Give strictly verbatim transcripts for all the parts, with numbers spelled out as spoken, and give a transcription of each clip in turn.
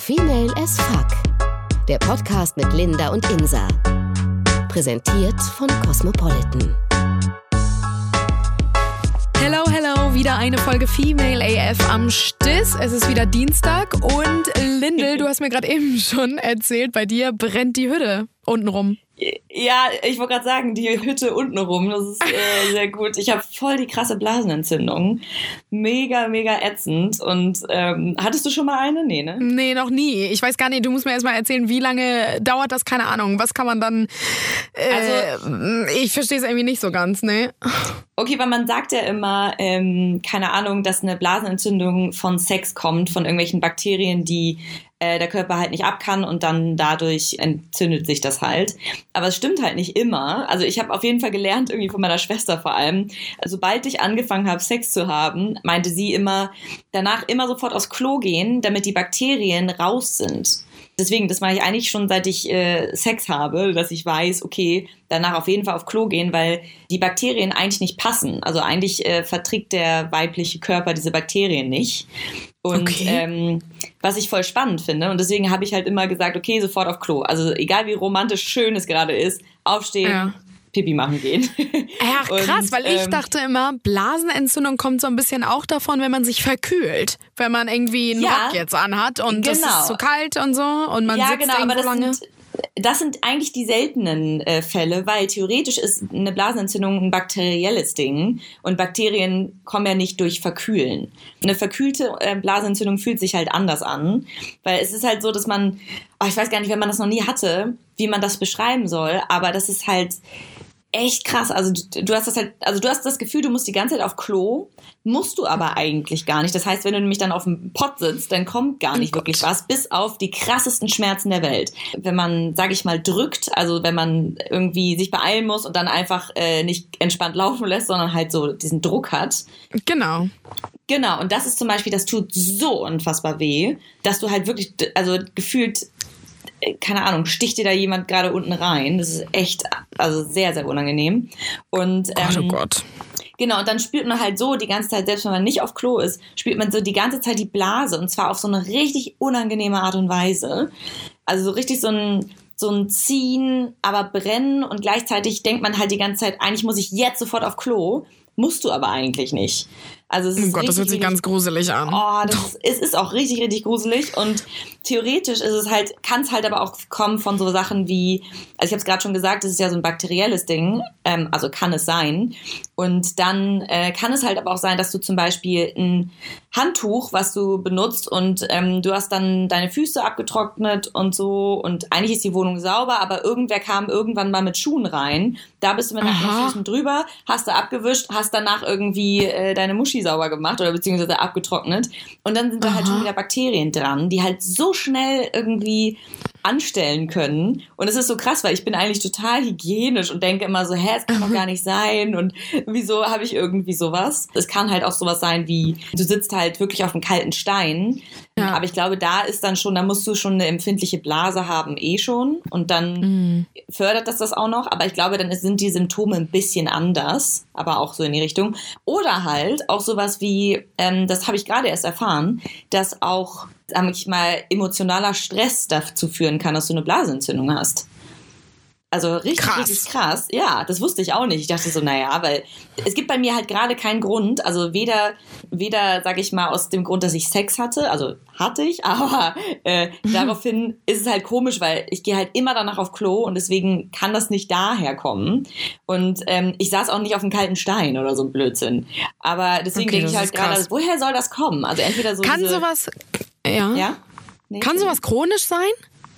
Female as Fuck. Der Podcast mit Linda und Insa. Präsentiert von Cosmopolitan. Hello, hello, wieder eine Folge Female A F am Stiss. Es ist wieder Dienstag und Lindel, du hast mir gerade eben schon erzählt, bei dir brennt die Hütte untenrum. Ja, ich wollte gerade sagen, die Hütte untenrum, das ist äh, sehr gut. Ich habe voll die krasse Blasenentzündung. Mega, mega ätzend. Und ähm, hattest du schon mal eine? Nee, ne? Nee, noch nie. Ich weiß gar nicht, du musst mir erst mal erzählen, wie lange dauert das? Keine Ahnung. Was kann man dann... Äh, also, ich verstehe es irgendwie nicht so ganz, ne? Okay, weil man sagt ja immer, ähm, keine Ahnung, dass eine Blasenentzündung von Sex kommt, von irgendwelchen Bakterien, die äh, der Körper halt nicht ab kann und dann dadurch entzündet sich das halt. Aber es stimmt halt nicht immer. Also ich habe auf jeden Fall gelernt, irgendwie von meiner Schwester vor allem, sobald ich angefangen habe, Sex zu haben, meinte sie immer, danach immer sofort aufs Klo gehen, damit die Bakterien raus sind. Deswegen, das mache ich eigentlich schon, seit ich äh, Sex habe, dass ich weiß, okay, danach auf jeden Fall auf Klo gehen, weil die Bakterien eigentlich nicht passen. Also eigentlich äh, verträgt der weibliche Körper diese Bakterien nicht. Und okay. ähm, was ich voll spannend finde, und deswegen habe ich halt immer gesagt, okay, sofort auf Klo. Also egal wie romantisch schön es gerade ist, aufstehen, ja. Pipi machen gehen. Ja, krass, und, weil ich ähm, dachte immer, Blasenentzündung kommt so ein bisschen auch davon, wenn man sich verkühlt. Wenn man irgendwie einen ja, Rock jetzt anhat und es genau. ist zu kalt und so und man ja, sitzt genau, irgendwo aber das lange. Sind, das sind eigentlich die seltenen äh, Fälle, weil theoretisch ist eine Blasenentzündung ein bakterielles Ding und Bakterien kommen ja nicht durch Verkühlen. Eine verkühlte äh, Blasenentzündung fühlt sich halt anders an, weil es ist halt so, dass man, oh, ich weiß gar nicht, wenn man das noch nie hatte, wie man das beschreiben soll, aber das ist halt echt krass. Also du, du hast das halt, also du hast das Gefühl, du musst die ganze Zeit auf Klo, musst du aber eigentlich gar nicht. Das heißt, wenn du nämlich dann auf dem Pott sitzt, dann kommt gar nicht oh wirklich was, bis auf die krassesten Schmerzen der Welt. Wenn man, sag ich mal, drückt, also wenn man irgendwie sich beeilen muss und dann einfach äh, nicht entspannt laufen lässt, sondern halt so diesen Druck hat. Genau. Genau, und das ist zum Beispiel, das tut so unfassbar weh, dass du halt wirklich, also gefühlt, keine Ahnung, sticht dir da jemand gerade unten rein. Das ist echt, also sehr, sehr unangenehm. Und, ähm, Gott, oh Gott. Genau, und dann spürt man halt so die ganze Zeit, selbst wenn man nicht auf Klo ist, spürt man so die ganze Zeit die Blase. Und zwar auf so eine richtig unangenehme Art und Weise. Also so richtig so ein, so ein Ziehen, aber brennen. Und gleichzeitig denkt man halt die ganze Zeit, eigentlich muss ich jetzt sofort auf Klo. Musst du aber eigentlich nicht. Also es ist oh Gott, richtig, das hört sich richtig, ganz gruselig an. Oh, das ist, es ist auch richtig, richtig gruselig. Und theoretisch ist es halt, kann es halt aber auch kommen von so Sachen wie, also ich habe es gerade schon gesagt, das ist ja so ein bakterielles Ding, ähm, also kann es sein. Und dann äh, kann es halt aber auch sein, dass du zum Beispiel ein Handtuch, was du benutzt und ähm, du hast dann deine Füße abgetrocknet und so und eigentlich ist die Wohnung sauber, aber irgendwer kam irgendwann mal mit Schuhen rein. Da bist du mit deinen Füßen drüber, hast du abgewischt, hast danach irgendwie äh, deine Muschi sauber gemacht oder beziehungsweise abgetrocknet. Und dann sind da halt schon wieder Bakterien dran, die halt so schnell irgendwie anstellen können. Und es ist so krass, weil ich bin eigentlich total hygienisch und denke immer so, hä, es kann doch gar nicht sein und wieso habe ich irgendwie sowas? Es kann halt auch sowas sein wie, du sitzt halt wirklich auf einem kalten Stein, ja. Aber ich glaube, da ist dann schon, da musst du schon eine empfindliche Blase haben, eh schon und dann mm. fördert das das auch noch, aber ich glaube, dann sind die Symptome ein bisschen anders, aber auch so in die Richtung. Oder halt auch sowas wie, ähm, das habe ich gerade erst erfahren, dass auch sag ich mal, emotionaler Stress dazu führen kann, dass du eine Blasenentzündung hast. Also richtig, krass. richtig krass. Ja, das wusste ich auch nicht. Ich dachte so, naja, weil es gibt bei mir halt gerade keinen Grund, also weder, weder, sag ich mal, aus dem Grund, dass ich Sex hatte, also hatte ich, aber äh, daraufhin ist es halt komisch, weil ich gehe halt immer danach auf Klo und deswegen kann das nicht daher kommen. Und ähm, ich saß auch nicht auf einem kalten Stein oder so ein Blödsinn. Aber deswegen okay, denke ich halt gerade, woher soll das kommen? Also entweder so Kann diese, sowas, ja, ja? Nee, kann sowas chronisch sein?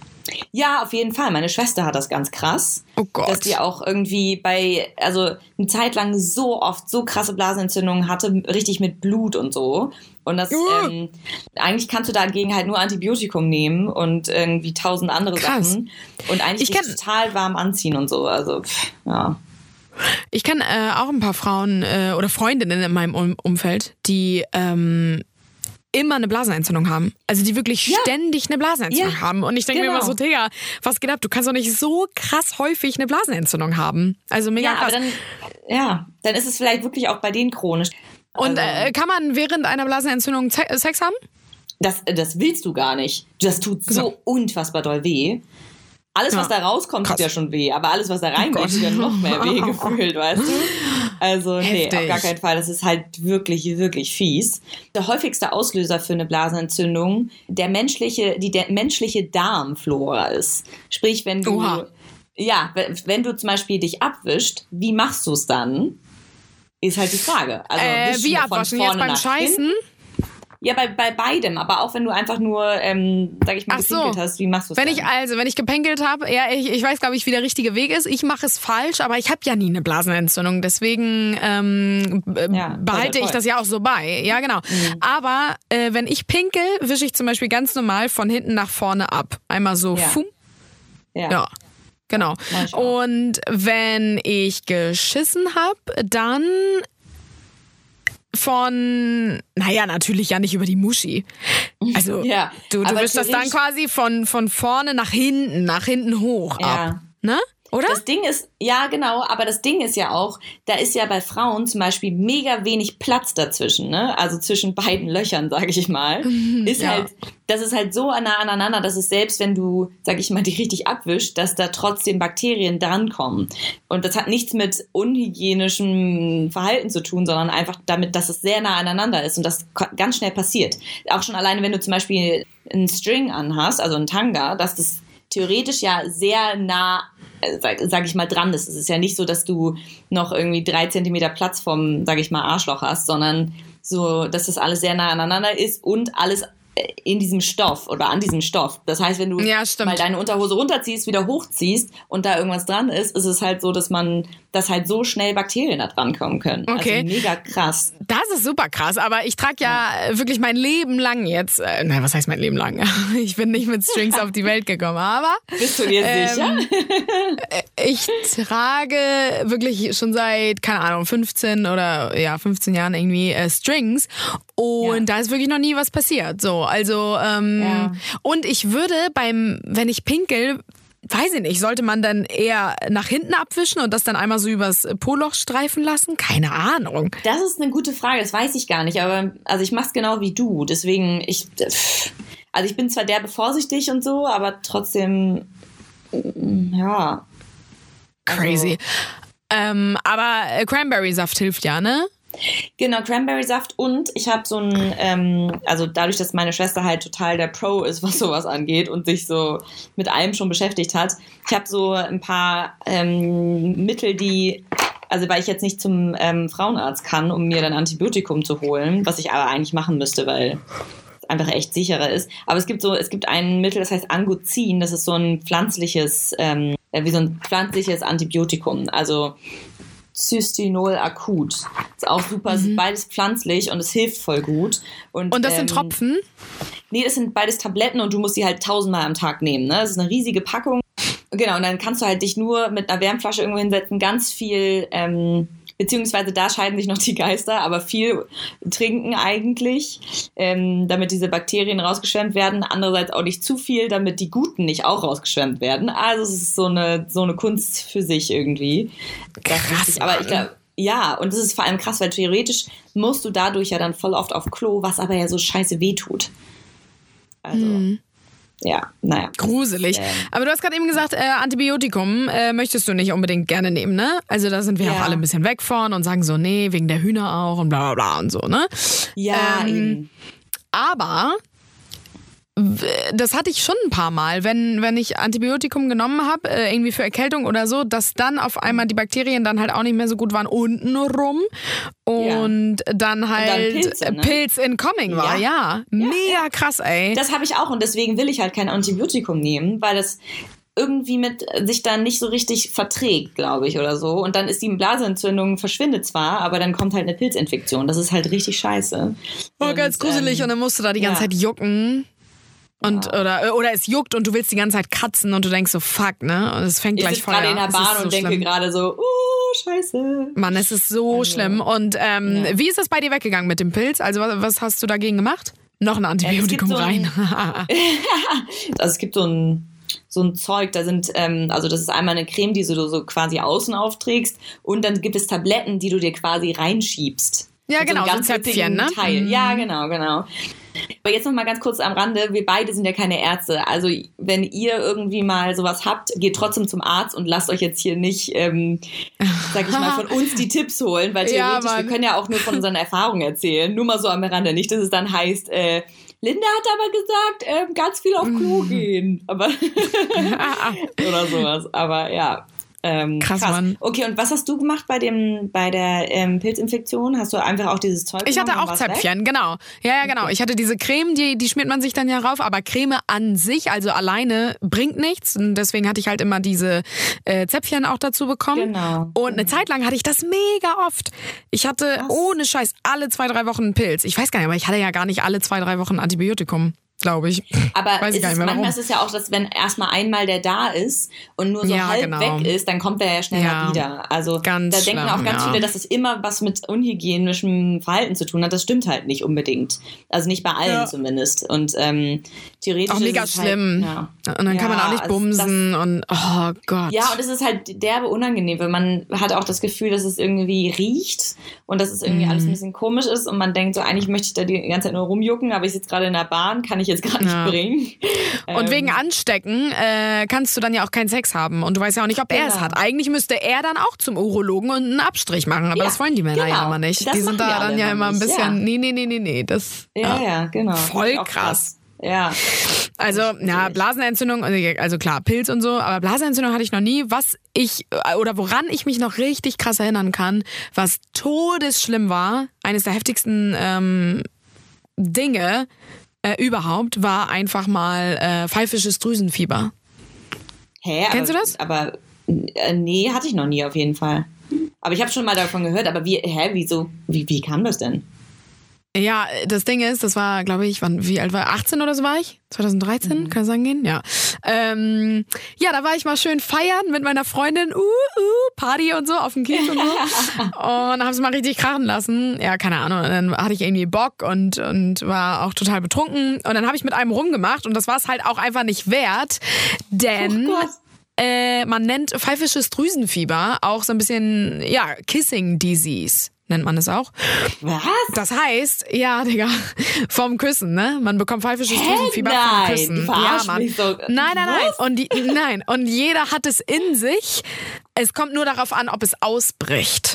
Ja, auf jeden Fall. Meine Schwester hat das ganz krass. Oh Gott. Dass die auch irgendwie bei, also eine Zeit lang so oft so krasse Blasenentzündungen hatte, richtig mit Blut und so. Und das, uh. ähm, eigentlich kannst du dagegen halt nur Antibiotikum nehmen und irgendwie tausend andere krass. Sachen. Und eigentlich ich kann, total warm anziehen und so. Also, pff, ja. Ich kenne äh, auch ein paar Frauen äh, oder Freundinnen in meinem um- Umfeld, die, ähm, immer eine Blasenentzündung haben. Also die wirklich ja. ständig eine Blasenentzündung ja. haben. Und ich denke genau. mir immer so, Digga, was geht ab? Du kannst doch nicht so krass häufig eine Blasenentzündung haben. Also mega ja, krass. Aber dann, ja, dann ist es vielleicht wirklich auch bei denen chronisch. Und also, äh, kann man während einer Blasenentzündung Sex haben? das, das willst du gar nicht. Das tut so So. unfassbar doll weh. Alles, was Ja. da rauskommt, Krass. tut ja schon weh. Aber alles, was da reingeht, Gott. tut ja noch mehr weh gefühlt, weißt du? Also, nee, Heftig. auf gar keinen Fall. Das ist halt wirklich, wirklich fies. Der häufigste Auslöser für eine Blasenentzündung der menschliche, die der menschliche Darmflora ist. Sprich, wenn du, Oha. ja, wenn, wenn du zum Beispiel dich abwischst, wie machst du es dann? Ist halt die Frage. Also, Äh, wischst wie du von abwaschen? Jetzt vorne beim nach Scheißen? hinten? Ja, bei, bei beidem, aber auch wenn du einfach nur, ähm, sag ich mal, Ach so. gepinkelt hast, wie machst du es Wenn dann? ich also, wenn ich gepinkelt habe, ja, ich, ich weiß, glaube ich, wie der richtige Weg ist. Ich mache es falsch, aber ich habe ja nie eine Blasenentzündung. Deswegen ähm, b- Ja, behalte toll, ich toll. das ja auch so bei. Ja, genau. Aber äh, wenn ich pinkel, wische ich zum Beispiel ganz normal von hinten nach vorne ab. Einmal so, Ja. fum, ja. ja. Genau. mach ich auch. Und wenn ich geschissen habe, dann von, naja, natürlich ja nicht über die Muschi. Also Ja, du, du aber wischst das dann theoretisch- quasi von, von vorne nach hinten, nach hinten hoch Ja. ab. Ne? Oder? Das Ding ist, ja genau, aber das Ding ist ja auch, da ist ja bei Frauen zum Beispiel mega wenig Platz dazwischen, ne? Also zwischen beiden Löchern, sage ich mal. Ist Ja. halt, das ist halt so nah aneinander, dass es selbst, wenn du, sag ich mal, die richtig abwischst, dass da trotzdem Bakterien drankommen. Und das hat nichts mit unhygienischem Verhalten zu tun, sondern einfach damit, dass es sehr nah aneinander ist und das ko- ganz schnell passiert. Auch schon alleine, wenn du zum Beispiel einen String anhast, also einen Tanga, dass das theoretisch ja sehr nah, äh, sag, sag ich mal, dran ist. Es ist ja nicht so, dass du noch irgendwie drei Zentimeter Platz vom, sag ich mal, Arschloch hast, sondern so, dass das alles sehr nah aneinander ist und alles in diesem Stoff oder an diesem Stoff. Das heißt, wenn du Ja, stimmt. mal deine Unterhose runterziehst, wieder hochziehst und da irgendwas dran ist, ist es halt so, dass man, dass halt so schnell Bakterien da dran kommen können. Okay. Also mega krass. Das ist super krass, aber ich trage ja, wirklich mein Leben lang jetzt, äh, nein, was heißt mein Leben lang? Ich bin nicht mit Strings auf die Welt gekommen, aber Bist du dir Ähm, sicher? ich trage wirklich schon seit, keine Ahnung, fünfzehn oder ja, fünfzehn Jahren irgendwie äh, Strings und Ja. da ist wirklich noch nie was passiert. So, also ähm, Ja. und ich würde beim, wenn ich pinkel, weiß ich nicht, sollte man dann eher nach hinten abwischen und das dann einmal so übers Po-Loch streifen lassen? Keine Ahnung. Das ist eine gute Frage, das weiß ich gar nicht, aber also ich mach's genau wie du, deswegen ich also ich bin zwar derbe vorsichtig und so, aber trotzdem mm, ja. Crazy. Ähm, aber äh, Cranberry-Saft hilft ja, ne? Genau, Cranberry-Saft und ich habe so ein, ähm, also dadurch, dass meine Schwester halt total der Pro ist, was sowas angeht und sich so mit allem schon beschäftigt hat, ich habe so ein paar ähm, Mittel, die, also weil ich jetzt nicht zum ähm, Frauenarzt kann, um mir dann Antibiotikum zu holen, was ich aber eigentlich machen müsste, weil es einfach echt sicherer ist. Aber es gibt so, es gibt ein Mittel, das heißt Anguzin, das ist so ein pflanzliches, ähm, wie so ein pflanzliches Antibiotikum, also Cystinol akut. Ist auch super, es ist beides pflanzlich und es hilft voll gut. Und, Und das ähm, sind Tropfen? Nee, das sind beides Tabletten und du musst die halt tausendmal am Tag nehmen. Ne? Das ist eine riesige Packung. Genau, und dann kannst du halt dich nur mit einer Wärmflasche irgendwo hinsetzen, ganz viel, ähm, beziehungsweise da scheiden sich noch die Geister, aber viel trinken eigentlich, ähm, damit diese Bakterien rausgeschwemmt werden. Andererseits auch nicht zu viel, damit die Guten nicht auch rausgeschwemmt werden. Also es ist so eine, so eine Kunst für sich irgendwie. Das ist Krass, richtig. Aber ich glaube, ja, und das ist vor allem krass, weil theoretisch musst du dadurch ja dann voll oft auf Klo, was aber ja so scheiße wehtut. Also, ja, naja. Gruselig. Das ist, ähm, Aber du hast gerade eben gesagt, äh, Antibiotikum äh, möchtest du nicht unbedingt gerne nehmen, ne? Also da sind wir Ja. auch alle ein bisschen weg von und sagen so, nee, wegen der Hühner auch und bla bla bla und so, ne? ja, Ähm, eben. Aber w- das hatte ich schon ein paar Mal, wenn, wenn ich Antibiotikum genommen habe, äh, irgendwie für Erkältung oder so, dass dann auf einmal die Bakterien dann halt auch nicht mehr so gut waren unten rum und dann halt Pilze, äh, ne? Pilz incoming war, ja. Ja. Mega krass, ey. Das habe ich auch und deswegen will ich halt kein Antibiotikum nehmen, weil das irgendwie mit sich dann nicht so richtig verträgt, glaube ich, oder so. Und dann ist die Blasenentzündung, verschwindet zwar, aber dann kommt halt eine Pilzinfektion. Das ist halt richtig scheiße. Oh, Und, ganz gruselig. ähm, und dann musst du da die ganze ja. Zeit jucken. Und, oder, oder es juckt und du willst die ganze Zeit kratzen und du denkst so, fuck, ne? Und es fängt Ich gleich sitze Feuer. gerade in der Es ist Bahn so und denke schlimm. gerade so, uh, scheiße. Mann, es ist so Also, schlimm. Und ähm, ja. wie ist das bei dir weggegangen mit dem Pilz? Also was, was hast du dagegen gemacht? Noch ein Antibiotikum so ein- rein. Also es gibt so ein, so ein Zeug, da sind, ähm, also das ist einmal eine Creme, die du so quasi außen aufträgst und dann gibt es Tabletten, die du dir quasi reinschiebst. Ja, Mit genau, einem so ein ganz Zäpfchen, witzigen ne? Teil. Mhm. Ja, genau, genau. Aber jetzt noch mal ganz kurz am Rande, wir beide sind ja keine Ärzte, also wenn ihr irgendwie mal sowas habt, geht trotzdem zum Arzt und lasst euch jetzt hier nicht, ähm, sag ich mal, von uns die Tipps holen, weil theoretisch, ja, wir können ja auch nur von unseren Erfahrungen erzählen, nur mal so am Rande, nicht, dass es dann heißt, äh, Linda hat aber gesagt, ähm, ganz viel auf Klo gehen, aber oder sowas, aber ja. Ähm, krass, krass, Mann. Okay, und was hast du gemacht bei dem bei der ähm, Pilzinfektion? Hast du einfach auch dieses Zeug Ich hatte auch Zäpfchen, weg? genau. Ja, ja, genau. Okay. Ich hatte diese Creme, die, die schmiert man sich dann ja rauf, aber Creme an sich, also alleine, bringt nichts. Und deswegen hatte ich halt immer diese äh, Zäpfchen auch dazu bekommen. Genau. Und eine Zeit lang hatte ich das mega oft. Ich hatte was? ohne Scheiß alle zwei, drei Wochen einen Pilz. Ich weiß gar nicht, aber ich hatte ja gar nicht alle zwei, drei Wochen Antibiotikum. Glaube ich. Aber Weiß ich ist gar nicht mehr, manchmal ist es ja auch, dass wenn erstmal einmal der da ist und nur so ja, halb genau. weg ist, dann kommt der ja schneller ja. wieder. Also ganz da denken auch ganz ja. viele, dass es immer was mit unhygienischem Verhalten zu tun hat. Das stimmt halt nicht unbedingt. Also nicht bei allen ja. zumindest. Und ähm, theoretisch auch mega ist es schlimm. Halt, ja. Und dann ja, kann man auch nicht bumsen das, und oh Gott. Ja, und es ist halt derbe unangenehm, weil man hat auch das Gefühl, dass es irgendwie riecht und dass es irgendwie mm. alles ein bisschen komisch ist und man denkt so, eigentlich möchte ich da die ganze Zeit nur rumjucken, aber ich sitze gerade in der Bahn, kann ich jetzt gar nicht ja. bringen. Und ähm. wegen Anstecken äh, kannst du dann ja auch keinen Sex haben. Und du weißt ja auch nicht, ob er genau. es hat. Eigentlich müsste er dann auch zum Urologen und einen Abstrich machen. Aber ja, das wollen die Männer genau. ja immer nicht. Das die sind da dann ja immer ein bisschen, ja. nee, nee, nee, nee, nee. Das, ja, ja, ja, genau. Voll krass. krass. Ja. Also, ja, Blasenentzündung, also klar, Pilz und so, aber Blasenentzündung hatte ich noch nie. Was ich, oder woran ich mich noch richtig krass erinnern kann, was todesschlimm war, eines der heftigsten ähm, Dinge, Äh, überhaupt, war einfach mal äh, pfeifisches Drüsenfieber. Hä? Kennst aber, du das? Aber äh, nee, hatte ich noch nie auf jeden Fall. Aber ich habe schon mal davon gehört, aber wie, hä, wieso, wie, wie kam das denn? Ja, das Ding ist, das war, glaube ich, wann, wie alt war ich? achtzehn oder so war ich? zwanzig dreizehn, mhm. kann das angehen? Ja. Ähm, ja, da war ich mal schön feiern mit meiner Freundin, uh, uh, Party und so, auf dem Kiez und so. Und haben sie mal richtig krachen lassen. Ja, keine Ahnung. Und dann hatte ich irgendwie Bock und, und war auch total betrunken. Und dann habe ich mit einem rumgemacht und das war es halt auch einfach nicht wert, denn... Oh Gott. Äh, man nennt pfeifisches Drüsenfieber auch so ein bisschen, ja, Kissing Disease. Nennt man es auch. Was? Das heißt, ja, Digga, vom Küssen, ne? Man bekommt pfeifisches Hä, Drüsenfieber nein, vom Küssen. Du verarschst ja, Mann. mich so. Nein, nein, nein. Und die, nein. Und jeder hat es in sich. Es kommt nur darauf an, ob es ausbricht.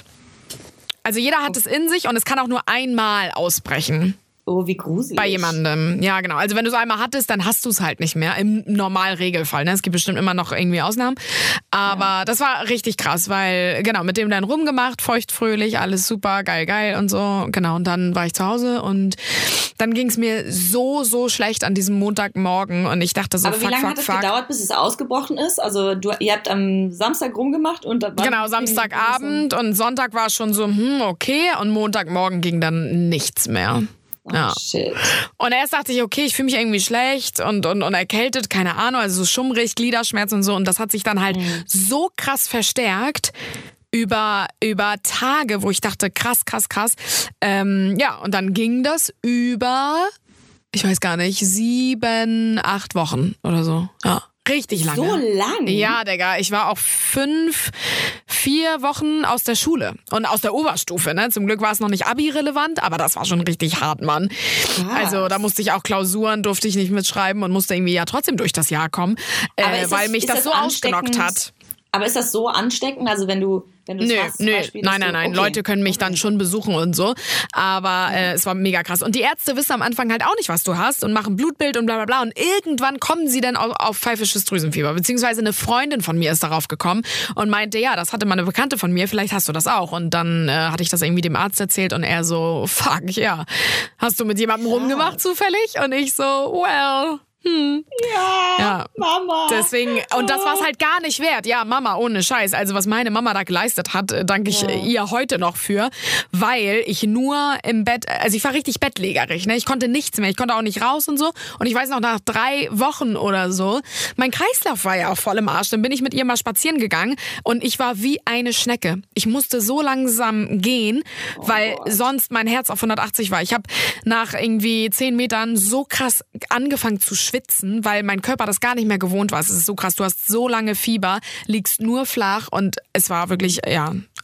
Also jeder hat es in sich und es kann auch nur einmal ausbrechen. Oh, wie gruselig. Bei jemandem, ja genau. Also wenn du es einmal hattest, dann hast du es halt nicht mehr. Im Normalregelfall. Ne? Es gibt bestimmt immer noch irgendwie Ausnahmen. Aber ja. das war richtig krass, weil genau, mit dem dann rumgemacht, feuchtfröhlich, alles super, geil, geil und so. Genau, und dann war ich zu Hause und dann ging es mir so, so schlecht an diesem Montagmorgen und ich dachte so, aber fuck, wie lange fuck, hat es fuck. gedauert, bis es ausgebrochen ist? Also du, ihr habt am Samstag rumgemacht und dann genau, Samstagabend und Sonntag war schon so, hm, okay, und Montagmorgen ging dann nichts mehr. Oh, ja. Shit. Und erst dachte ich, okay, ich fühle mich irgendwie schlecht und, und, und erkältet, keine Ahnung, also so schummrig, Gliederschmerz und so. Und das hat sich dann halt mhm. so krass verstärkt über, über Tage, wo ich dachte, krass, krass, krass. Ähm, ja, und dann ging das über, ich weiß gar nicht, sieben, acht Wochen oder so. Ja. Richtig lange. So lang? Ja, Digga. Ich war auch fünf, vier Wochen aus der Schule und aus der Oberstufe. Ne? Zum Glück war es noch nicht Abi-relevant, aber das war schon richtig hart, Mann. Krass. Also da musste ich auch Klausuren, durfte ich nicht mitschreiben und musste irgendwie ja trotzdem durch das Jahr kommen, äh, das, weil mich das, das so ausgenockt hat. Aber ist das so ansteckend? Also wenn du wenn du nö, hast, nö, Beispiel, nein, nein, du, nein. okay. Leute können mich okay. dann schon besuchen und so. Aber äh, es war mega krass. Und die Ärzte wissen am Anfang halt auch nicht, was du hast und machen Blutbild und bla bla bla. Und irgendwann kommen sie dann auf, auf pfeifisches Drüsenfieber. Beziehungsweise eine Freundin von mir ist darauf gekommen und meinte, ja, das hatte mal eine Bekannte von mir, vielleicht hast du das auch. Und dann äh, hatte ich das irgendwie dem Arzt erzählt und er so, fuck, ja. Hast du mit jemandem ja. rumgemacht zufällig? Und ich so, well... Hm. Ja, ja, Mama. Deswegen, und das war es halt gar nicht wert. Ja, Mama, ohne Scheiß. Also was meine Mama da geleistet hat, danke ich ja. ihr heute noch für, weil ich nur im Bett, also ich war richtig bettlägerig, ne? Ich konnte nichts mehr, ich konnte auch nicht raus und so. Und ich weiß noch, nach drei Wochen oder so, mein Kreislauf war ja auch voll im Arsch. Dann bin ich mit ihr mal spazieren gegangen und ich war wie eine Schnecke. Ich musste so langsam gehen, oh weil Gott. sonst mein Herz auf hundertachtzig war. Ich habe nach irgendwie zehn Metern so krass angefangen zu schwitzen, weil mein Körper das gar nicht mehr gewohnt war. Es ist so krass, du hast so lange Fieber, liegst nur flach und es war wirklich, ja,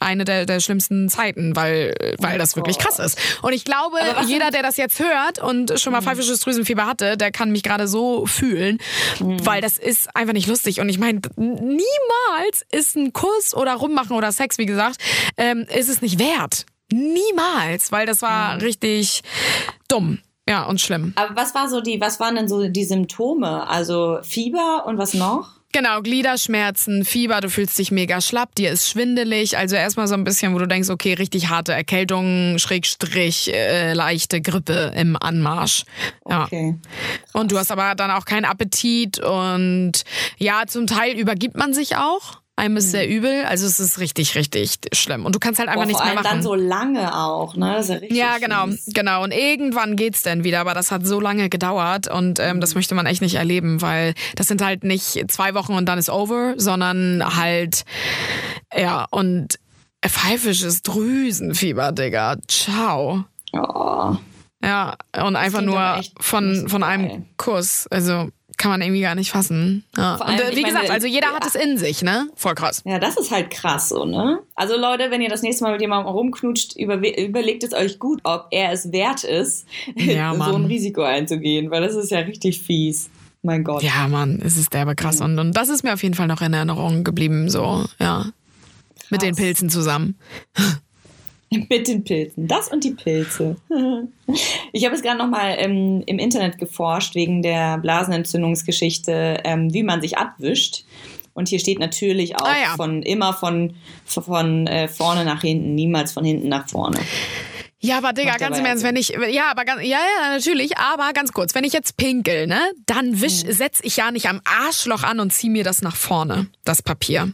eine der, der schlimmsten Zeiten, weil, weil oh das wirklich krass ist. Und ich glaube, jeder, der das jetzt hört und schon mal mhm. pfeifisches Drüsenfieber hatte, der kann mich gerade so fühlen, mhm. weil das ist einfach nicht lustig. Und ich meine, niemals ist ein Kuss oder Rummachen oder Sex, wie gesagt, ähm, ist es nicht wert. Niemals, weil das war mhm. richtig dumm. Ja, und schlimm. Aber was war so die, was waren denn so die Symptome? Also Fieber und was noch? Genau, Gliederschmerzen, Fieber, du fühlst dich mega schlapp, dir ist schwindelig. Also erstmal so ein bisschen, wo du denkst, okay, richtig harte Erkältung, Schrägstrich, äh, leichte Grippe im Anmarsch. Ja. Okay. Und du hast aber dann auch keinen Appetit und ja, zum Teil übergibt man sich auch. Einem ist sehr übel, also es ist richtig, richtig schlimm. Und du kannst halt einfach oh, nichts mehr machen. Vor allem dann so lange auch, ne? Das ist ja richtig ja, genau, fies. genau. Und irgendwann geht's dann wieder, aber das hat so lange gedauert und ähm, das möchte man echt nicht erleben, weil das sind halt nicht zwei Wochen und dann ist over, sondern halt, ja, und pfeifisches Drüsenfieber, Digga. Ciao. Oh. Ja, und einfach nur von, von einem Kuss, also... Kann man irgendwie gar nicht fassen. Ja. Allem, und äh, wie meine, gesagt, also jeder ja. hat es in sich, ne? Voll krass. Ja, das ist halt krass so, ne? Also Leute, wenn ihr das nächste Mal mit jemandem rumknutscht, über, überlegt es euch gut, ob er es wert ist, ja, so ein Risiko einzugehen, weil das ist ja richtig fies. Mein Gott. Ja, Mann, es ist derbe krass. Mhm. Und, und das ist mir auf jeden Fall noch in Erinnerung geblieben, so, ja. Krass. Mit den Pilzen zusammen. Mit den Pilzen. Das und die Pilze. Ich habe jetzt gerade nochmal ähm, im Internet geforscht wegen der Blasenentzündungsgeschichte, ähm, wie man sich abwischt. Und hier steht natürlich auch ah, ja. von immer von, von äh, vorne nach hinten, niemals von hinten nach vorne. Ja, aber Digga, ganz im Ernst, wenn ich, ja, aber ganz, ja, ja, natürlich, aber ganz kurz, wenn ich jetzt pinkel, ne, dann wisch, hm. setz ich ja nicht am Arschloch an und zieh mir das nach vorne, das Papier.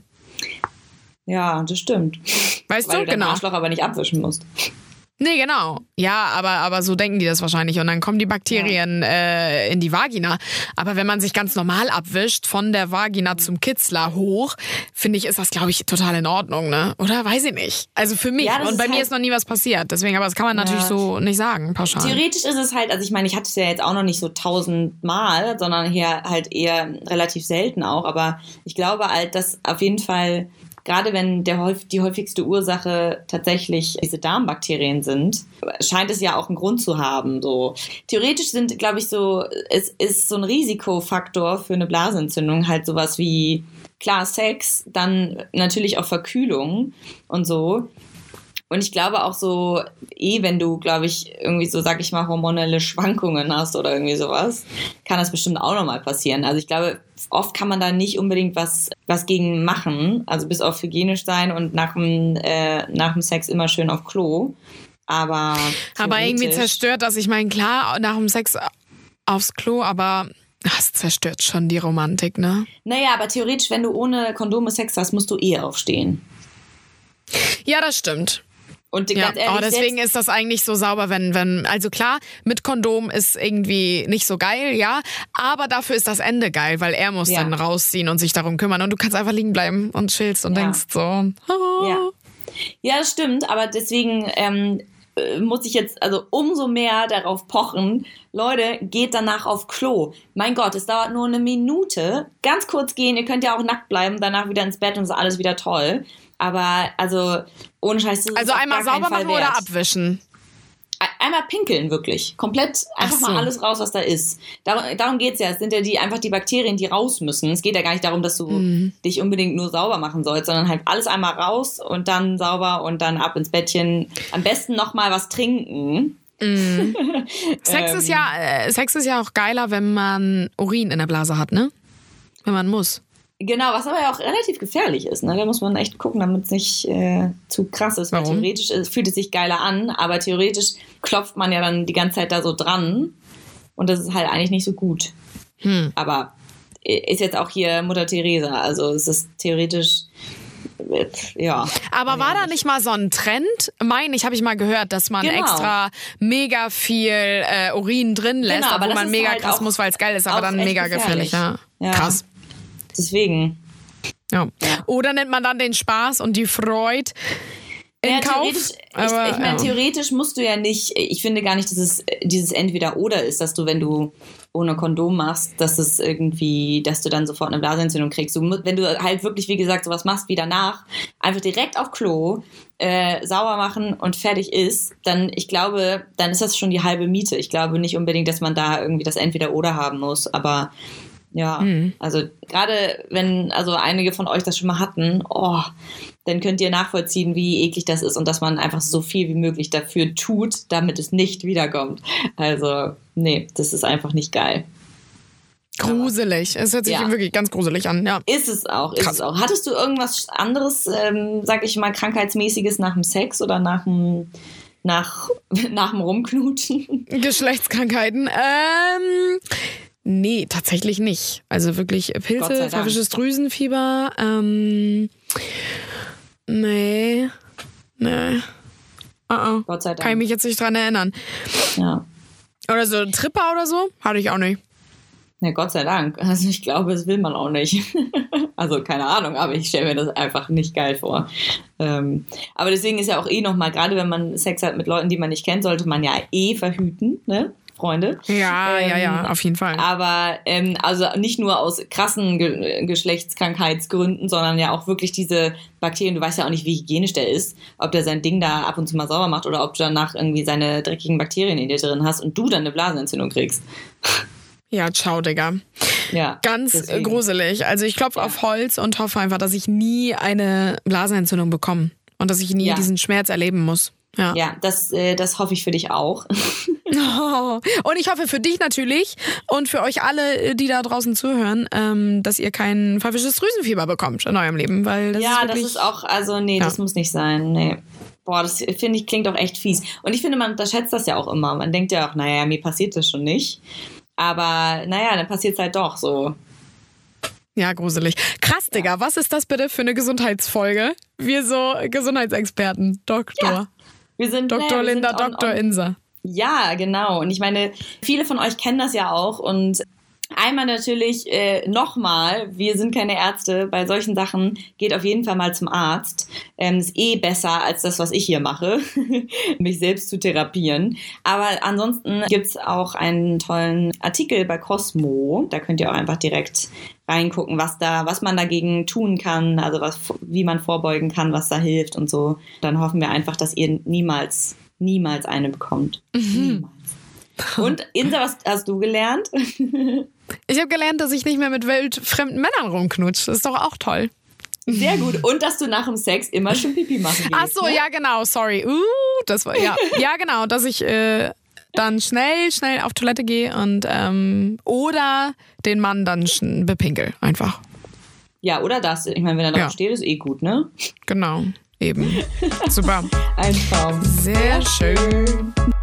Ja, das stimmt. Weißt Weil du, du genau. dein Arschloch aber nicht abwischen musst. Nee, genau. Ja, aber, aber so denken die das wahrscheinlich. Und dann kommen die Bakterien ja. äh, in die Vagina. Aber wenn man sich ganz normal abwischt, von der Vagina zum Kitzler hoch, finde ich, ist das, glaube ich, total in Ordnung, ne? Oder? Weiß ich nicht. Also für mich. Ja, und bei mir halt ist noch nie was passiert. Deswegen, aber das kann man ja. natürlich so nicht sagen, pauschal. Theoretisch ist es halt, also ich meine, ich hatte es ja jetzt auch noch nicht so tausendmal, sondern hier halt eher relativ selten auch. Aber ich glaube halt, dass auf jeden Fall... Gerade wenn der, die häufigste Ursache tatsächlich diese Darmbakterien sind, scheint es ja auch einen Grund zu haben. So. Theoretisch sind, glaube ich, so, es ist so ein Risikofaktor für eine Blasenentzündung halt sowas wie, klar, Sex, dann natürlich auch Verkühlung und so. Und ich glaube auch so, eh, wenn du, glaube ich, irgendwie so, sag ich mal, hormonelle Schwankungen hast oder irgendwie sowas, kann das bestimmt auch nochmal passieren. Also ich glaube, oft kann man da nicht unbedingt was, was gegen machen, also bis auf hygienisch sein und nach dem, äh, nach dem Sex immer schön auf Klo. Aber Aber irgendwie zerstört das, ich meine, klar, nach dem Sex aufs Klo, aber das zerstört schon die Romantik, ne? Naja, aber theoretisch, wenn du ohne Kondome Sex hast, musst du eh aufstehen. Ja, das stimmt. Und ja, ganz ehrlich, oh, deswegen ist das eigentlich so sauber, wenn, wenn, also klar, mit Kondom ist irgendwie nicht so geil, ja, aber dafür ist das Ende geil, weil er muss ja. dann rausziehen und sich darum kümmern und du kannst einfach liegen bleiben und chillst und ja. denkst so, oh. ja. ja, das stimmt, aber deswegen ähm, muss ich jetzt also umso mehr darauf pochen, Leute, geht danach auf Klo. Mein Gott, es dauert nur eine Minute, ganz kurz gehen, ihr könnt ja auch nackt bleiben, danach wieder ins Bett und ist alles wieder toll. Aber also ohne Scheiß. Das also ist einmal sauber machen oder abwischen? Einmal pinkeln, wirklich. Komplett einfach so. Mal alles raus, was da ist. Darum, darum geht's ja. Es sind ja die, einfach die Bakterien, die raus müssen. Es geht ja gar nicht darum, dass du mhm. dich unbedingt nur sauber machen sollst, sondern halt alles einmal raus und dann sauber und dann ab ins Bettchen. Am besten noch mal was trinken. Mhm. Sex, ist ja, äh, Sex ist ja auch geiler, wenn man Urin in der Blase hat, ne? Wenn man muss. Genau, was aber ja auch relativ gefährlich ist. Ne? Da muss man echt gucken, damit es nicht äh, zu krass ist. Weil Warum? Theoretisch ist, fühlt es sich geiler an, aber theoretisch klopft man ja dann die ganze Zeit da so dran. Und das ist halt eigentlich nicht so gut. Hm. Aber ist jetzt auch hier Mutter Teresa. Also es ist theoretisch, äh, ja. Aber war da nicht mal so ein Trend? Meine ich, habe ich mal gehört, dass man genau. extra mega viel äh, Urin drin lässt, genau, obwohl man mega halt krass muss, weil es geil ist, aber dann mega gefährlich. gefährlich. Ja. Ja. Krass. Deswegen. Ja. ja. Oder nennt man dann den Spaß und die Freude in ja, Kauf? Theoretisch, aber, ich, ich meine, ja. theoretisch musst du ja nicht, ich finde gar nicht, dass es dieses Entweder-Oder ist, dass du, wenn du ohne Kondom machst, dass es irgendwie, dass du dann sofort eine Blasenentzündung kriegst. Du, wenn du halt wirklich, wie gesagt, sowas machst wie danach, einfach direkt auf Klo, äh, sauber machen und fertig ist, dann, ich glaube, dann ist das schon die halbe Miete. Ich glaube nicht unbedingt, dass man da irgendwie das Entweder-Oder haben muss, aber ja, mhm. also gerade wenn also einige von euch das schon mal hatten, oh, dann könnt ihr nachvollziehen, wie eklig das ist und dass man einfach so viel wie möglich dafür tut, damit es nicht wiederkommt. Also, nee, das ist einfach nicht geil. Gruselig. Es hört sich ja. wirklich ganz gruselig an, ja. Ist es auch, ist Krass. es auch. Hattest du irgendwas anderes, ähm, sag ich mal, krankheitsmäßiges nach dem Sex oder nach dem, nach, nach dem Rumknutschen? Geschlechtskrankheiten, ähm... Nee, tatsächlich nicht. Also wirklich Pilze, pfäffisches Drüsenfieber. Ähm, nee. Nee. Uh-uh. Gott sei Dank. Kann ich mich jetzt nicht dran erinnern. Ja. Oder so Tripper oder so? Hatte ich auch nicht. Ja, Gott sei Dank. Also ich glaube, das will man auch nicht. Also keine Ahnung, aber ich stelle mir das einfach nicht geil vor. Ähm, aber deswegen ist ja auch eh nochmal, gerade wenn man Sex hat mit Leuten, die man nicht kennt, sollte man ja eh verhüten, ne? Freunde. Ja, ähm, ja, ja, auf jeden Fall. Aber ähm, also nicht nur aus krassen Ge- Geschlechtskrankheitsgründen, sondern ja auch wirklich diese Bakterien, du weißt ja auch nicht, wie hygienisch der ist, ob der sein Ding da ab und zu mal sauber macht oder ob du danach irgendwie seine dreckigen Bakterien in dir drin hast und du dann eine Blasenentzündung kriegst. Ja, ciao, Digga. Ja, ganz deswegen. gruselig. Also ich klopfe ja. auf Holz und hoffe einfach, dass ich nie eine Blasenentzündung bekomme und dass ich nie ja. diesen Schmerz erleben muss. Ja, ja das, äh, das hoffe ich für dich auch. Oh. Und ich hoffe für dich natürlich und für euch alle, die da draußen zuhören, ähm, dass ihr kein pfäffisches Drüsenfieber bekommt in eurem Leben. Weil das ja, ist wirklich, das ist auch, also nee, ja. das muss nicht sein. Nee. Boah, das finde ich klingt auch echt fies. Und ich finde, man unterschätzt das ja auch immer. Man denkt ja auch, naja, mir passiert das schon nicht. Aber naja, dann passiert es halt doch so. Ja, gruselig. Krass, Digga, ja. Was ist das bitte für eine Gesundheitsfolge? Wir so Gesundheitsexperten, Doktor. Ja. Wir sind Doktor nee, wir Linda, sind on, Doktor on. Insa. Ja, genau. Und ich meine, viele von euch kennen das ja auch. Und einmal natürlich äh, nochmal, wir sind keine Ärzte, bei solchen Sachen geht auf jeden Fall mal zum Arzt. Ähm, ist eh besser als das, was ich hier mache, mich selbst zu therapieren. Aber ansonsten gibt's auch einen tollen Artikel bei Cosmo. Da könnt ihr auch einfach direkt reingucken, was da, was man dagegen tun kann, also was, wie man vorbeugen kann, was da hilft und so. Dann hoffen wir einfach, dass ihr niemals niemals eine bekommt. Mhm. Niemals. Und Insa, was hast du gelernt? Ich habe gelernt, dass ich nicht mehr mit wildfremden Männern rumknutsche. Das ist doch auch toll. Sehr gut. Und dass du nach dem Sex immer schon Pipi machen gehst. Ach so, ne? Ja genau, sorry. Uh, das war, ja. ja genau, dass ich äh, dann schnell, schnell auf Toilette gehe und ähm, oder den Mann dann bepinkel, einfach. Ja, oder das. Ich meine, wenn er drauf ja. steht, ist eh gut, ne? Genau. Eben. Super. Ein Traum. Sehr schön.